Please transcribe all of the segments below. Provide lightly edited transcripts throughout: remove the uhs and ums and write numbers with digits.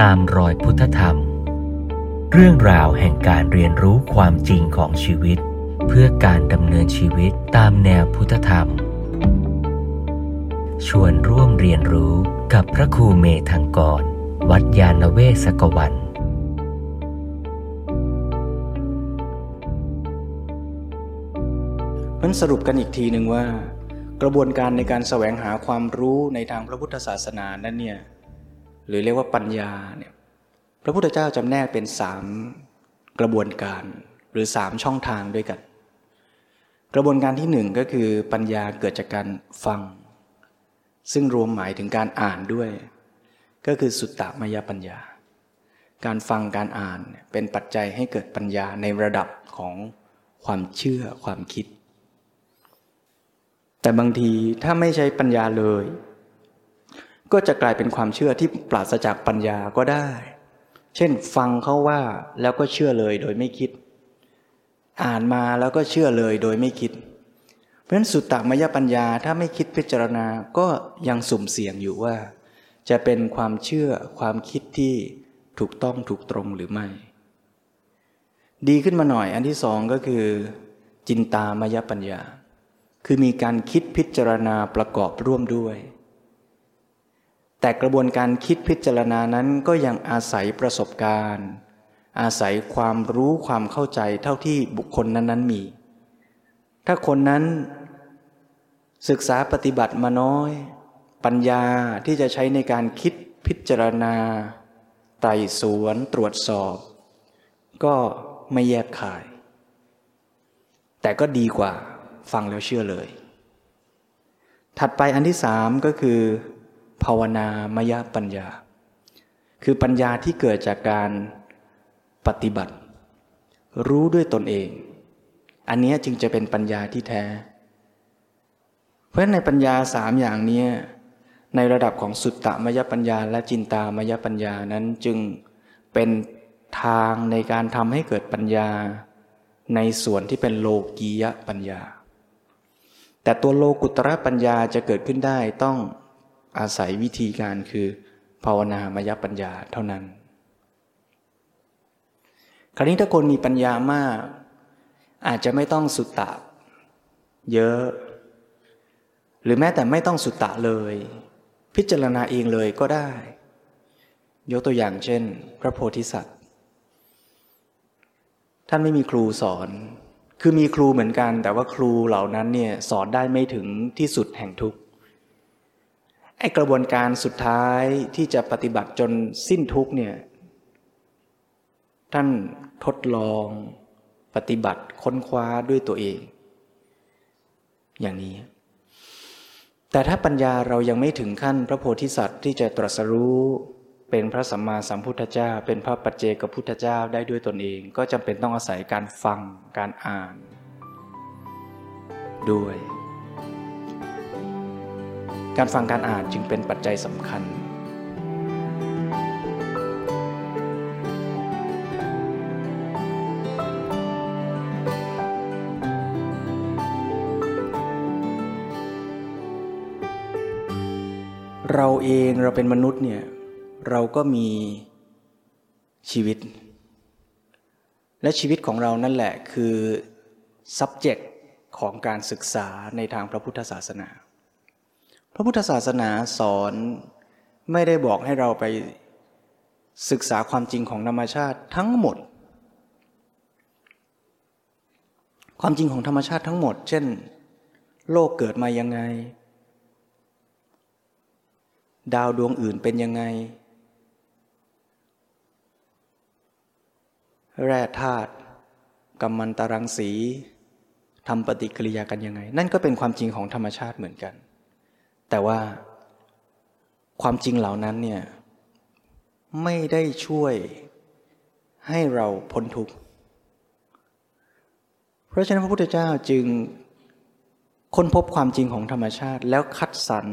ตามรอยพุทธธรรมเรื่องราวแห่งการเรียนรู้ความจริงของชีวิตเพื่อการดำเนินชีวิตตามแนวพุทธธรรมชวนร่วมเรียนรู้กับพระครูเมธังกรวัดยานเวศกวันมันสรุปกันอีกทีหนึ่งว่ากระบวนการในการแสวงหาความรู้ในทางพระพุทธศาสนานั้นเนี่ยหรือเรียกว่าปัญญาเนี่ยพระพุทธเจ้าจำแนกเป็น3กระบวนการหรือ3ช่องทางด้วยกันกระบวนการที่1ก็คือปัญญาเกิดจากการฟังซึ่งรวมหมายถึงการอ่านด้วยก็คือสุตตมยปัญญาการฟังการอ่านเป็นปัจจัยให้เกิดปัญญาในระดับของความเชื่อความคิดแต่บางทีถ้าไม่ใช้ปัญญาเลยก็จะกลายเป็นความเชื่อที่ปราศจากปัญญาก็ได้เช่นฟังเขาว่าแล้วก็เชื่อเลยโดยไม่คิดอ่านมาแล้วก็เชื่อเลยโดยไม่คิดเพราะฉะนั้นสุตตมยปัญญาถ้าไม่คิดพิจารณาก็ยังสุ่มเสี่ยงอยู่ว่าจะเป็นความเชื่อความคิดที่ถูกต้องถูกตรงหรือไม่ดีขึ้นมาหน่อยอันที่2ก็คือจินตามยปัญญาคือมีการคิดพิจารณาประกอบร่วมด้วยแต่กระบวนการคิดพิจารณานั้นก็ยังอาศัยประสบการณ์อาศัยความรู้ความเข้าใจเท่าที่บุคคลนั้นๆมีถ้าคนนั้นศึกษาปฏิบัติมาน้อยปัญญาที่จะใช้ในการคิดพิจารณาไต่สวนตรวจสอบก็ไม่แยบคายแต่ก็ดีกว่าฟังแล้วเชื่อเลยถัดไปอันที่3ก็คือภาวนามยปัญญาคือปัญญาที่เกิดจากการปฏิบัติรู้ด้วยตนเองอันนี้จึงจะเป็นปัญญาที่แท้เพราะฉะนั้นในปัญญา3อย่างนี้ในระดับของสุตตมยปัญญาและจินตามยปัญญานั้นจึงเป็นทางในการทำให้เกิดปัญญาในส่วนที่เป็นโลกียปัญญาแต่ตัวโลกุตระปัญญาจะเกิดขึ้นได้ต้องอาศัยวิธีการคือภาวนามยปัญญาเท่านั้นคราวนี้ถ้าคนมีปัญญามากอาจจะไม่ต้องสุตตะเยอะหรือแม้แต่ไม่ต้องสุตตะเลยพิจารณาเองเลยก็ได้ยกตัวอย่างเช่นพระโพธิสัตว์ท่านไม่มีครูสอนคือมีครูเหมือนกันแต่ว่าครูเหล่านั้นเนี่ยสอนได้ไม่ถึงที่สุดแห่งทุกข์ไอ้กระบวนการสุดท้ายที่จะปฏิบัติจนสิ้นทุกข์เนี่ยท่านทดลองปฏิบัติค้นคว้าด้วยตัวเองอย่างนี้แต่ถ้าปัญญาเรายังไม่ถึงขั้นพระโพธิสัตว์ที่จะตรัสรู้เป็นพระสัมมาสัมพุทธเจ้าเป็นพระปัจเจกพุทธเจ้าได้ด้วยตนเองก็จำเป็นต้องอาศัยการฟังการอ่านด้วยการฟังการอ่านจึงเป็นปัจจัยสำคัญเราเองเราเป็นมนุษย์เนี่ยเราก็มีชีวิตและชีวิตของเรานั่นแหละคือ subject ของการศึกษาในทางพระพุทธศาสนาพระพุทธศาสนาสอนไม่ได้บอกให้เราไปศึกษาความจริงของธรรมชาติทั้งหมดความจริงของธรรมชาติทั้งหมดเช่นโลกเกิดมายังไงดาวดวงอื่นเป็นยังไงแร่ธาตุกัมมันตรังสีทำปฏิกิริยากันยังไงนั่นก็เป็นความจริงของธรรมชาติเหมือนกันแต่ว่าความจริงเหล่านั้นเนี่ยไม่ได้ช่วยให้เราพ้นทุกข์เพราะฉะนั้นพระพุทธเจ้าจึงค้นพบความจริงของธรรมชาติแล้วคัดสรร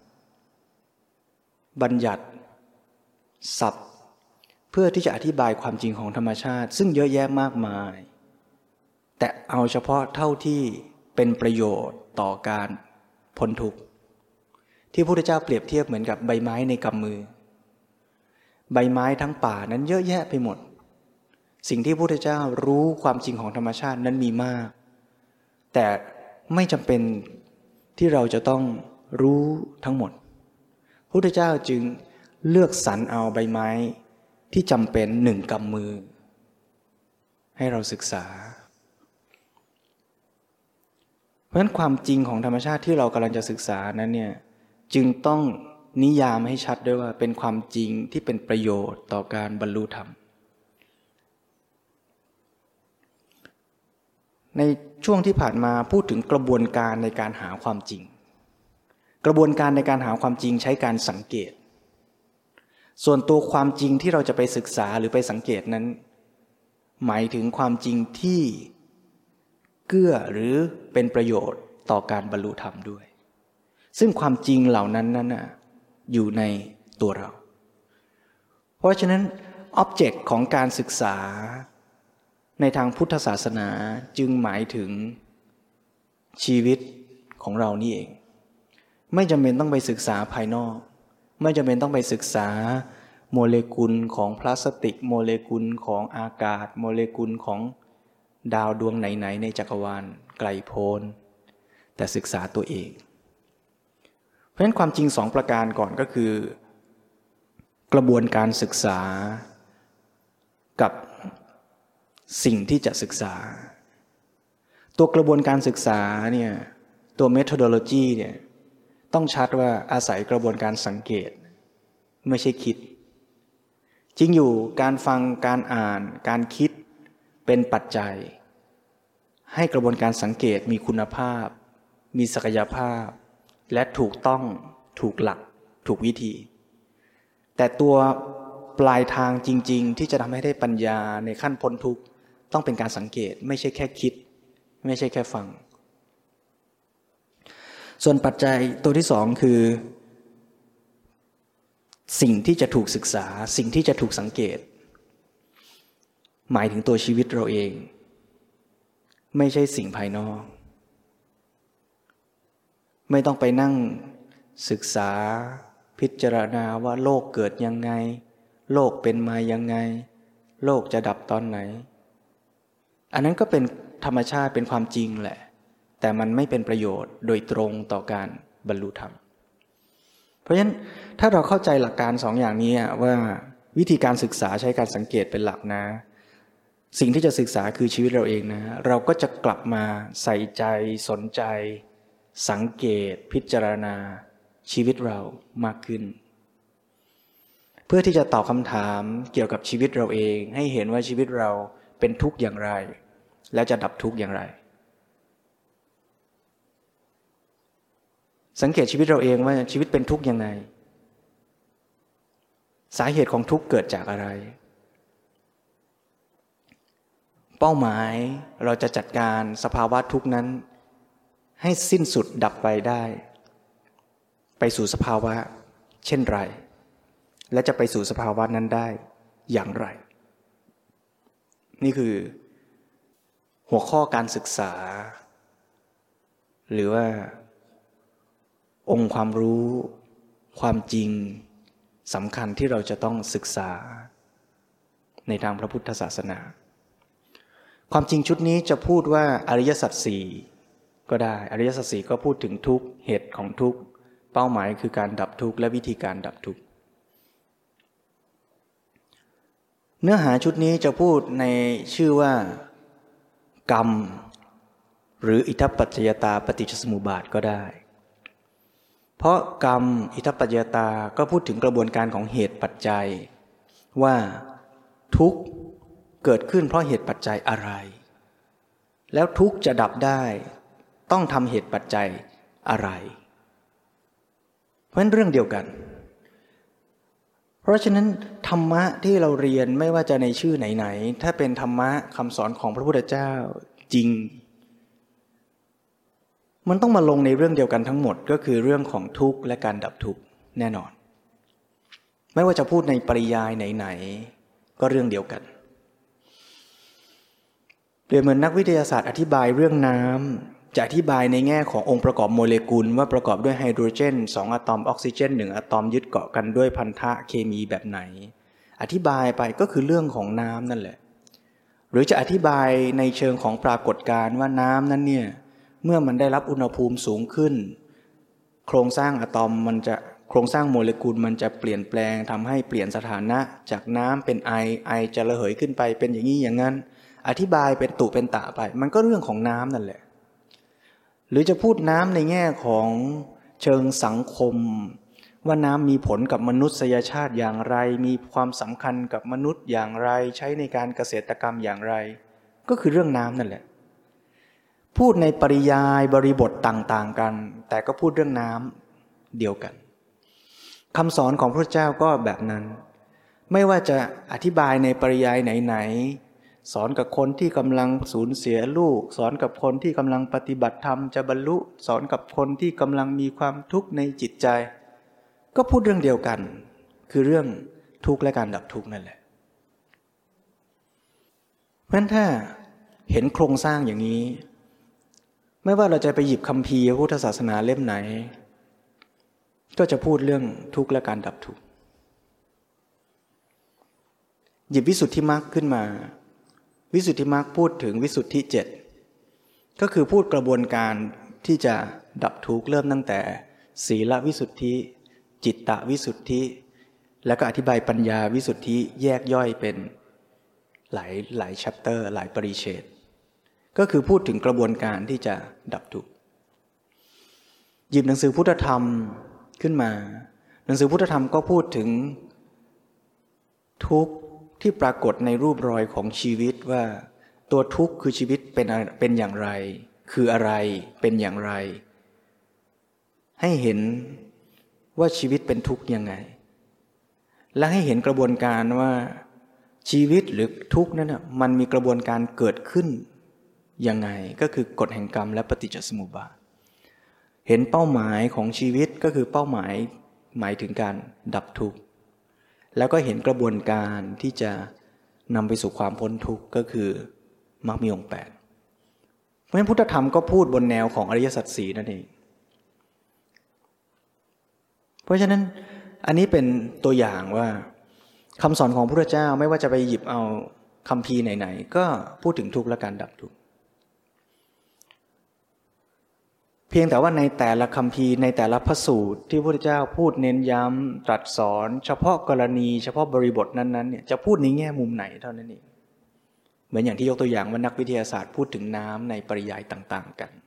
บัญญัติศัพท์เพื่อที่จะอธิบายความจริงของธรรมชาติซึ่งเยอะแยะมากมายแต่เอาเฉพาะเท่าที่เป็นประโยชน์ต่อการพ้นทุกข์ที่พระพุทธเจ้าเปรียบเทียบเหมือนกับใบไม้ในกำมือใบไม้ทั้งป่านั้นเยอะแยะไปหมดสิ่งที่พระพุทธเจ้ารู้ความจริงของธรรมชาตินั้นมีมากแต่ไม่จำเป็นที่เราจะต้องรู้ทั้งหมดพระพุทธเจ้าจึงเลือกสรรเอาใบไม้ที่จำเป็นหนึ่งกำมือให้เราศึกษาเพราะฉะนั้นความจริงของธรรมชาติที่เรากำลังจะศึกษานั้นเนี่ยจึงต้องนิยามให้ชัดด้วยว่าเป็นความจริงที่เป็นประโยชน์ต่อการบรรลุธรรมในช่วงที่ผ่านมาพูดถึงกระบวนการในการหาความจริงกระบวนการในการหาความจริงใช้การสังเกตส่วนตัวความจริงที่เราจะไปศึกษาหรือไปสังเกตนั้นหมายถึงความจริงที่เกื้อหรือเป็นประโยชน์ต่อการบรรลุธรรมด้วยซึ่งความจริงเหล่านั้นอยู่ในตัวเราเพราะฉะนั้นอ็อบเจกต์ของการศึกษาในทางพุทธศาสนาจึงหมายถึงชีวิตของเรานี่เองไม่จำเป็นต้องไปศึกษาภายนอกไม่จำเป็นต้องไปศึกษาโมเลกุลของพลาสติกโมเลกุลของอากาศโมเลกุลของดาวดวงไหนๆในจักรวาลไกลโพ้นแต่ศึกษาตัวเองเพราะฉะนั้นความจริง2ประการก่อนก็คือกระบวนการศึกษากับสิ่งที่จะศึกษาตัวกระบวนการศึกษาเนี่ยตัว methodology เนี่ยต้องชัดว่าอาศัยกระบวนการสังเกตไม่ใช่คิดจริงอยู่การฟังการอ่านการคิดเป็นปัจจัยให้กระบวนการสังเกตมีคุณภาพมีศักยภาพและถูกต้องถูกหลักถูกวิธีแต่ตัวปลายทางจริงๆที่จะทำให้ได้ปัญญาในขั้นพ้นทุกข์ต้องเป็นการสังเกตไม่ใช่แค่คิดไม่ใช่แค่ฟังส่วนปัจจัยตัวที่2คือสิ่งที่จะถูกศึกษาสิ่งที่จะถูกสังเกตหมายถึงตัวชีวิตเราเองไม่ใช่สิ่งภายนอกไม่ต้องไปนั่งศึกษาพิจารณาว่าโลกเกิดยังไงโลกเป็นมายังไงโลกจะดับตอนไหนอันนั้นก็เป็นธรรมชาติเป็นความจริงแหละแต่มันไม่เป็นประโยชน์โดยตรงต่อการบรรลุธรรมเพราะฉะนั้นถ้าเราเข้าใจหลักการ2อย่างนี้ว่าวิธีการศึกษาใช้การสังเกตเป็นหลักนะสิ่งที่จะศึกษาคือชีวิตเราเองนะเราก็จะกลับมาใส่ใจสนใจสังเกตพิจารณาชีวิตเรามากขึ้นเพื่อที่จะตอบคำถามเกี่ยวกับชีวิตเราเองให้เห็นว่าชีวิตเราเป็นทุกข์อย่างไรและจะดับทุกข์อย่างไรสังเกตชีวิตเราเองว่าชีวิตเป็นทุกข์ยังไงสาเหตุของทุกข์เกิดจากอะไรเป้าหมายเราจะจัดการสภาวะทุกข์นั้นให้สิ้นสุดดับไปได้ไปสู่สภาวะเช่นไรและจะไปสู่สภาวะนั้นได้อย่างไรนี่คือหัวข้อการศึกษาหรือว่าองค์ความรู้ความจริงสำคัญที่เราจะต้องศึกษาในทางพระพุทธศาสนาความจริงชุดนี้จะพูดว่าอริยสัจสี่ก็ได้อริยสัจสี่ก็พูดถึงทุกข์เหตุของทุกข์เป้าหมายคือการดับทุกข์และวิธีการดับทุกข์เนื้อหาชุดนี้จะพูดในชื่อว่ากรรมหรืออิทธัปปัจจยตาปฏิจจสมุปบาทก็ได้เพราะกรรมอิทธัปปัจจยตาก็พูดถึงกระบวนการของเหตุปัจจัยว่าทุกข์เกิดขึ้นเพราะเหตุปัจจัยอะไรแล้วทุกข์จะดับได้ต้องทำเหตุปัจจัยอะไรเพราะฉะนั้นเรื่องเดียวกันเพราะฉะนั้นธรรมะที่เราเรียนไม่ว่าจะในชื่อไหนๆถ้าเป็นธรรมะคำสอนของพระพุทธเจ้าจริงมันต้องมาลงในเรื่องเดียวกันทั้งหมดก็คือเรื่องของทุกข์และการดับทุกข์แน่นอนไม่ว่าจะพูดในปริยายไหนๆก็เรื่องเดียวกันเปรียบเหมือนนักวิทยาศาสตร์อธิบายเรื่องน้ำจะอธิบายในแง่ขององค์ประกอบโมเลกุลว่าประกอบด้วยไฮโดรเจน2อะตอมออกซิเจน1อะตอมยึดเกาะกันด้วยพันธะเคมีแบบไหนอธิบายไปก็คือเรื่องของน้ำนั่นแหละหรือจะอธิบายในเชิงของปรากฏการณ์ว่าน้ำนั้นเนี่ยเมื่อมันได้รับอุณหภูมิสูงขึ้นโครงสร้างอะตอมโครงสร้างโมเลกุลมันจะเปลี่ยนแปลงทำให้เปลี่ยนสถานะจากน้ำเป็นไอจะระเหยขึ้นไปเป็นอย่างนี้อย่างนั้นอธิบายเป็นตุเป็นตะไปมันก็เรื่องของน้ำนั่นแหละหรือจะพูดน้ำในแง่ของเชิงสังคมว่าน้ำมีผลกับมนุษยชาติอย่างไรมีความสำคัญกับมนุษย์อย่างไรใช้ในการเกษตรกรรมอย่างไรก็คือเรื่องน้ำนั่นแหละพูดในปริยายบริบทต่างๆกันแต่ก็พูดเรื่องน้ำเดียวกันคำสอนของพระเจ้าก็แบบนั้นไม่ว่าจะอธิบายในปริยายไหนๆสอนกับคนที่กำลังสูญเสียลูกสอนกับคนที่กำลังปฏิบัติธรรมจะบรรลุสอนกับคนที่กำลังมีความทุกข์ในจิตใจก็พูดเรื่องเดียวกันคือเรื่องทุกข์และการดับทุกข์นั่นแหละเพราะฉะนั้นถ้าเห็นโครงสร้างอย่างนี้ไม่ว่าเราจะไปหยิบคัมภีร์พุทธศาสนาเล่มไหนก็จะพูดเรื่องทุกข์และการดับทุกข์หยิบวิสุทธิมรรคขึ้นมาวิสุทธิมรรคพูดถึงวิสุทธิ7ก็คือพูดกระบวนการที่จะดับทุกข์เริ่มตั้งแต่ศีลวิสุทธิจิตตวิสุทธิแล้วก็อธิบายปัญญาวิสุทธิแยกย่อยเป็นหลาย chapter หลายปริเฉดก็คือพูดถึงกระบวนการที่จะดับทุกข์หยิบหนังสือพุทธธรรมขึ้นมาหนังสือพุทธธรรมก็พูดถึงทุกข์ที่ปรากฏในรูปรอยของชีวิตว่าตัวทุกข์คือชีวิตเป็นอย่างไรคืออะไรเป็นอย่างไรให้เห็นว่าชีวิตเป็นทุกข์ยังไงและให้เห็นกระบวนการว่าชีวิตหรือทุกข์นั้นมันมีกระบวนการเกิดขึ้นยังไงก็คือกฎแห่งกรรมและปฏิจจสมุปบาทเห็นเป้าหมายของชีวิตก็คือเป้าหมายถึงการดับทุกข์แล้วก็เห็นกระบวนการที่จะนำไปสู่ความพ้นทุกข์ก็คือมรรคมีองค์ 8เพราะฉะนั้นพุทธธรรมก็พูดบนแนวของอริยสัจ4นั่นเองเพราะฉะนั้นอันนี้เป็นตัวอย่างว่าคำสอนของพระพุทธเจ้าไม่ว่าจะไปหยิบเอาคัมภีร์ไหนๆก็พูดถึงทุกข์และการดับทุกข์เพียงแต่ว่าในแต่ละคัมภีร์ในแต่ละพระสูตรที่พระพุทธเจ้าพูดเน้นย้ำตรัสสอนเฉพาะกรณีเฉพาะบริบทนั้นๆเนี่ยจะพูดในแง่มุมไหนเท่านั้นเองเหมือนอย่างที่ยกตัวอย่างว่านักวิทยาศาสตร์พูดถึงน้ำในปริยายต่างๆกัน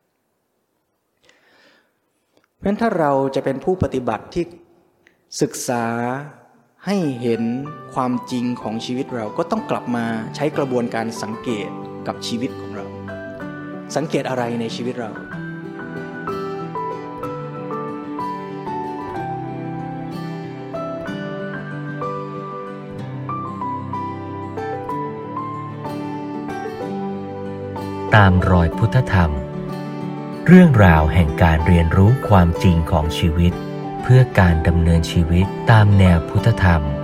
เพราะฉะนั้นถ้าเราจะเป็นผู้ปฏิบัติที่ศึกษาให้เห็นความจริงของชีวิตเราก็ต้องกลับมาใช้กระบวนการสังเกตกับชีวิตของเราสังเกตอะไรในชีวิตเราตามรอยพุทธธรรมเรื่องราวแห่งการเรียนรู้ความจริงของชีวิตเพื่อการดำเนินชีวิตตามแนวพุทธธรรม